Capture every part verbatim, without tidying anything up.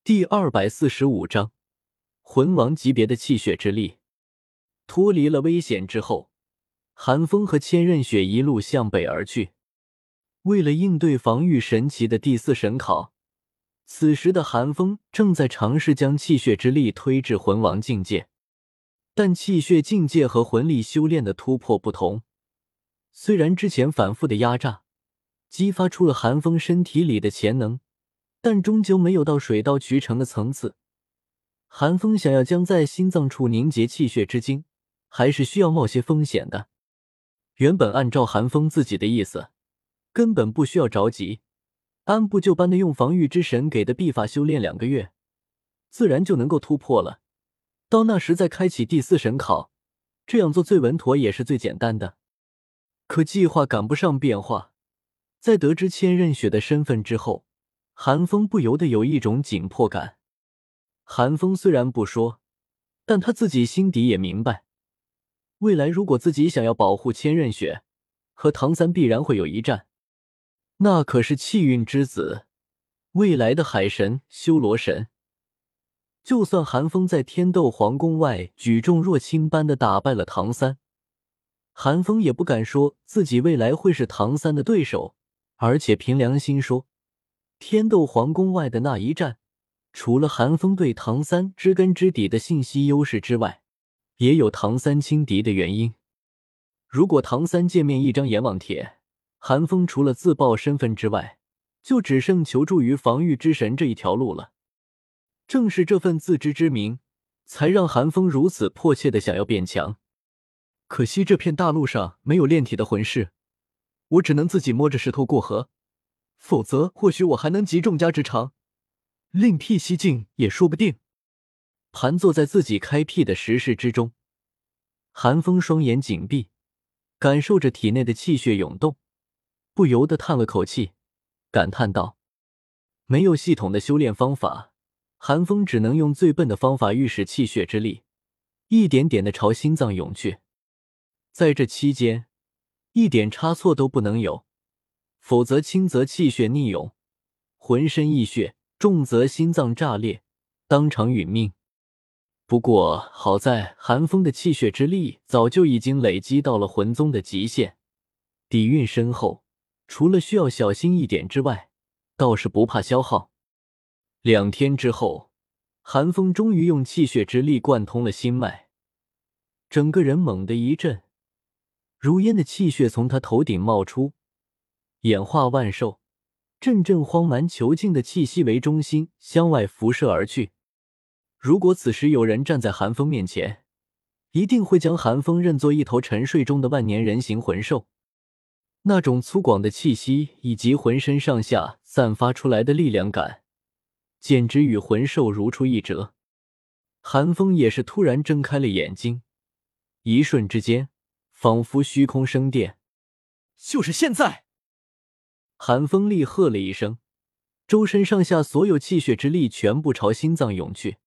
第二百四十五章魂王级别的气血之力。脱离了危险之后，寒风和千仞雪一路向北而去。为了应对防御神奇的第四神考，此时的寒风正在尝试将气血之力推至魂王境界。但气血境界和魂力修炼的突破不同，虽然之前反复的压榨激发出了寒风身体里的潜能，但终究没有到水到渠成的层次。寒风想要将在心脏处凝结气血之精，还是需要冒些风险的。原本按照寒风自己的意思，根本不需要着急，按部就班的用防御之神给的秘法修炼两个月，自然就能够突破了。到那时再开启第四神考，这样做最稳妥也是最简单的。可计划赶不上变化，在得知千仞雪的身份之后，寒风不由得有一种紧迫感。寒风虽然不说，但他自己心底也明白，未来如果自己想要保护千仞雪，和唐三必然会有一战。那可是气运之子，未来的海神修罗神。就算寒风在天斗皇宫外举重若轻般的打败了唐三，寒风也不敢说自己未来会是唐三的对手。而且凭良心说，天斗皇宫外的那一战，除了寒风对唐三知根知底的信息优势之外，也有唐三轻敌的原因。如果唐三见面一张阎王帖，寒风除了自爆身份之外，就只剩求助于防御之神这一条路了。正是这份自知之明，才让寒风如此迫切的想要变强。可惜这片大陆上没有炼体的魂师，我只能自己摸着石头过河，否则或许我还能集众家之长，另辟蹊径也说不定。盘坐在自己开辟的石室之中，寒风双眼紧闭，感受着体内的气血涌动，不由得叹了口气，感叹道：没有系统的修炼方法，寒风只能用最笨的方法御使气血之力，一点点地朝心脏涌去。在这期间，一点差错都不能有，否则轻则气血逆涌，浑身溢血，重则心脏炸裂，当场殒命。不过好在寒风的气血之力早就已经累积到了魂宗的极限，底蕴深厚，除了需要小心一点之外，倒是不怕消耗。两天之后，寒风终于用气血之力贯通了心脉，整个人猛地一震，如烟的气血从他头顶冒出，演化万兽，阵阵荒蛮遒劲的气息为中心向外辐射而去。如果此时有人站在寒风面前，一定会将寒风认作一头沉睡中的万年人形魂兽。那种粗犷的气息以及浑身上下散发出来的力量感，简直与魂兽如出一辙。寒风也是突然睁开了眼睛，一瞬之间，仿佛虚空生电。 就是现在！ 寒风厉喝了一声，周身上下所有气血之力全部朝心脏涌去。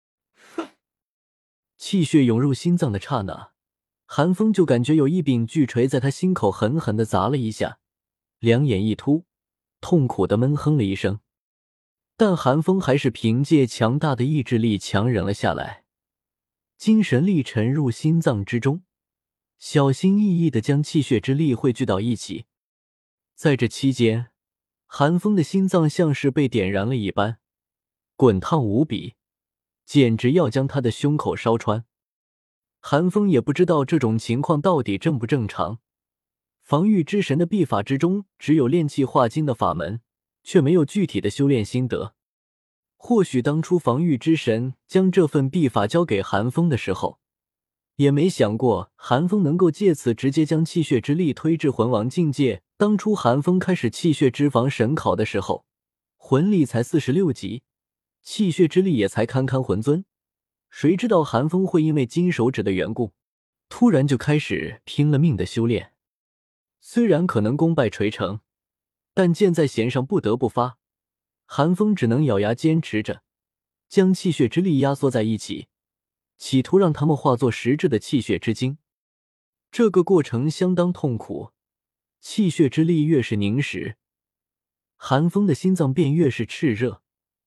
气血涌入心脏的刹那，寒风就感觉有一柄巨锤在他心口狠狠地砸了一下，两眼一突，痛苦地闷哼了一声。但寒风还是凭借强大的意志力强忍了下来，精神力沉入心脏之中，小心翼翼地将气血之力汇聚到一起。在这期间，寒风的心脏像是被点燃了一般，滚烫无比，简直要将他的胸口烧穿。寒风也不知道这种情况到底正不正常，防御之神的秘法之中只有炼气化精的法门，却没有具体的修炼心得。或许当初防御之神将这份秘法交给寒风的时候，也没想过寒风能够借此直接将气血之力推至魂王境界。当初寒风开始气血之防神考的时候，魂力才四十六级，气血之力也才堪堪魂尊。谁知道寒风会因为金手指的缘故，突然就开始拼了命的修炼。虽然可能功败垂成，但箭在弦上不得不发，寒风只能咬牙坚持着，将气血之力压缩在一起，企图让它们化作实质的气血之精。这个过程相当痛苦，气血之力越是凝实，寒风的心脏便越是炽热。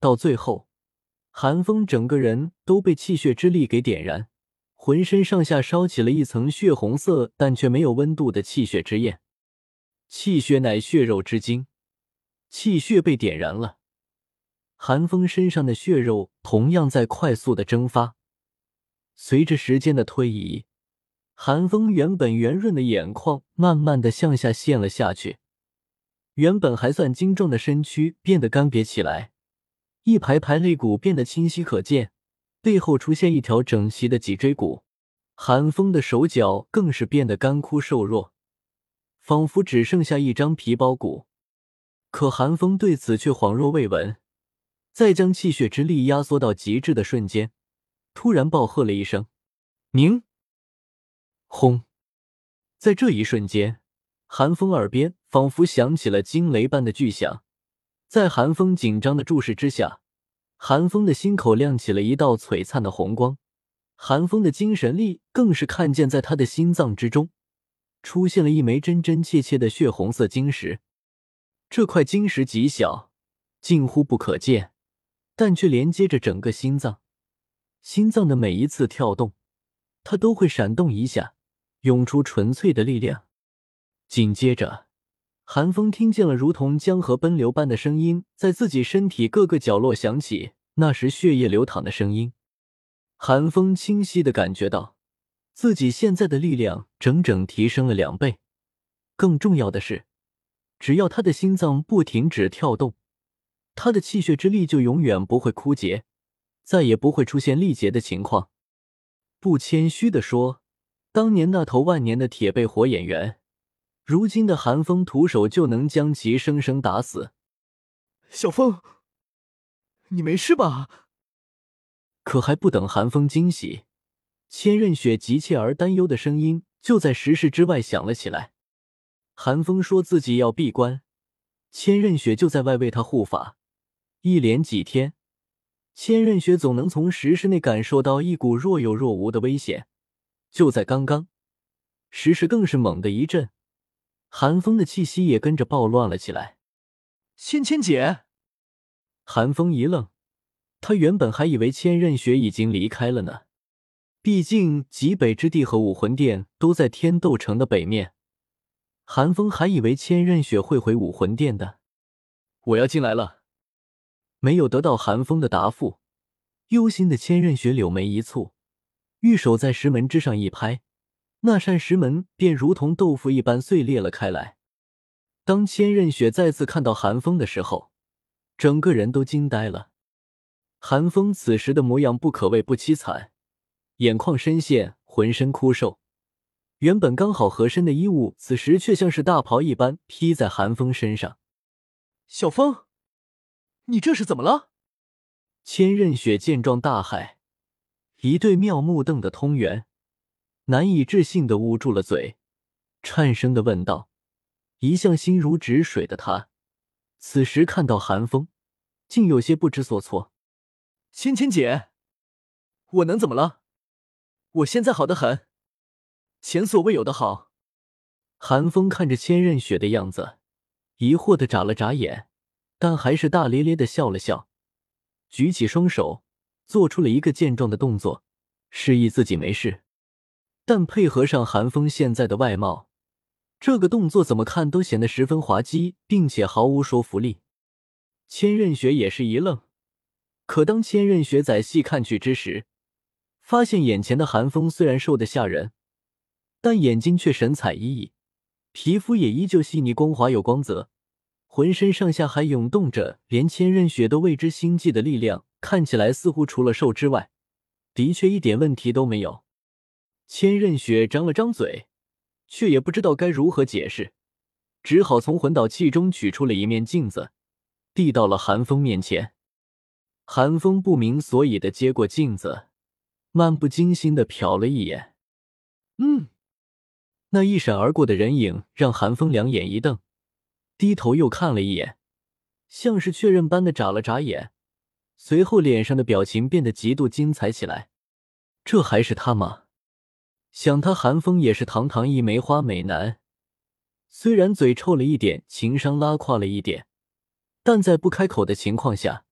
到最后，韩风整个人都被气血之力给点燃，浑身上下烧起了一层血红色但却没有温度的气血之焰。气血乃血肉之精，气血被点燃了，韩风身上的血肉同样在快速的蒸发。随着时间的推移，韩风原本圆润的眼眶慢慢的向下陷了下去，原本还算精壮的身躯变得干瘪起来，一排排肋骨变得清晰可见，背后出现一条整齐的脊椎骨。韩风的手脚更是变得干枯瘦弱，仿佛只剩下一张皮包骨。可韩风对此却恍若未闻，在将气血之力压缩到极致的瞬间，突然暴喝了一声：“宁！”轰！在这一瞬间，韩风耳边仿佛响起了惊雷般的巨响。在韩风紧张的注视之下，韩风的心口亮起了一道璀璨的红光。韩风的精神力更是看见，在他的心脏之中出现了一枚真真切切的血红色晶石。这块晶石极小，近乎不可见，但却连接着整个心脏。心脏的每一次跳动，它都会闪动一下，涌出纯粹的力量。紧接着，韩风听见了如同江河奔流般的声音在自己身体各个角落响起，那时血液流淌的声音。韩风清晰地感觉到自己现在的力量整整提升了两倍。更重要的是，只要他的心脏不停止跳动，他的气血之力就永远不会枯竭，再也不会出现力竭的情况。不谦虚地说，当年那头万年的铁背火眼猿，如今的韩风徒手就能将其生生打死。 小风，你没事吧？ 可还不等韩风惊喜，千仞雪急切而担忧的声音就在十室之外响了起来。韩风说自己要闭关，千仞雪就在外为他护法。一连几天，千仞雪总能从十室内感受到一股若有若无的危险。就在刚刚，十室更是猛地一震，韩风的气息也跟着暴乱了起来。 芊芊姐！ 韩风一愣，他原本还以为千仞雪已经离开了呢。毕竟极北之地和武魂殿都在天斗城的北面，韩风还以为千仞雪会回武魂殿的。我要进来了。没有得到韩风的答复，忧心的千仞雪柳眉一蹙，玉手在石门之上一拍，那扇石门便如同豆腐一般碎裂了开来。当千仞雪再次看到韩风的时候，整个人都惊呆了。韩风此时的模样不可谓不凄惨，眼眶深陷，浑身枯瘦，原本刚好合身的衣物此时却像是大袍一般披在韩风身上。 小风，你这是怎么了？ 千仞雪见状大骇，一对妙目瞪得通圆，难以置信地捂住了嘴，颤声地问道。一向心如止水的他，此时看到韩风，竟有些不知所措。 芊芊姐，我能怎么了？我现在好得很，前所未有的好。 韩风看着千仞雪的样子，疑惑地眨了眨眼，但还是大咧咧地笑了笑，举起双手，做出了一个健壮的动作，示意自己没事。但配合上韩风现在的外貌，这个动作怎么看都显得十分滑稽，并且毫无说服力。千仞雪也是一愣，可当千仞雪仔细看去之时，发现眼前的韩风虽然瘦得吓人，但眼睛却神采奕奕，皮肤也依旧细腻光滑有光泽，浑身上下还涌动着连千仞雪都为之心悸的力量，看起来似乎除了瘦之外，的确一点问题都没有。千仞雪张了张嘴，却也不知道该如何解释，只好从魂导器中取出了一面镜子，递到了韩风面前。韩风不明所以的接过镜子，漫不经心地瞟了一眼。嗯，那一闪而过的人影让韩风两眼一瞪，低头又看了一眼，像是确认般的眨了眨眼，随后脸上的表情变得极度精彩起来。这还是他吗？想他韩风也是堂堂一梅花美男，虽然嘴臭了一点，情商拉胯了一点，但在不开口的情况下，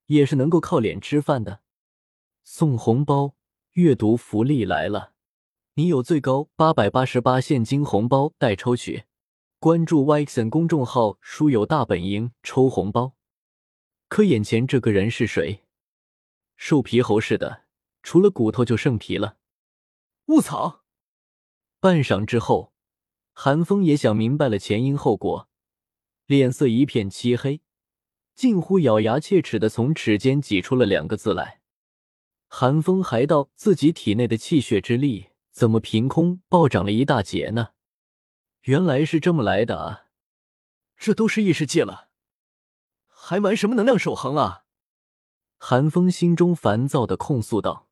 也是能够靠脸吃饭的。送红包，阅读福利来了，你有最高八百八十八现金红包待抽取。关注 Y X N 公众号，书友大本营，抽红包。可眼前这个人是谁？瘦皮猴似的，除了骨头就剩皮了。 卧槽！ 半晌之后，韩风也想明白了前因后果，脸色一片漆黑，近乎咬牙切齿地从齿间挤出了两个字来。韩风还道自己体内的气血之力怎么凭空暴涨了一大截呢？原来是这么来的啊！ 这都是异世界了，还玩什么能量守恒啊？ 韩风心中烦躁地控诉道。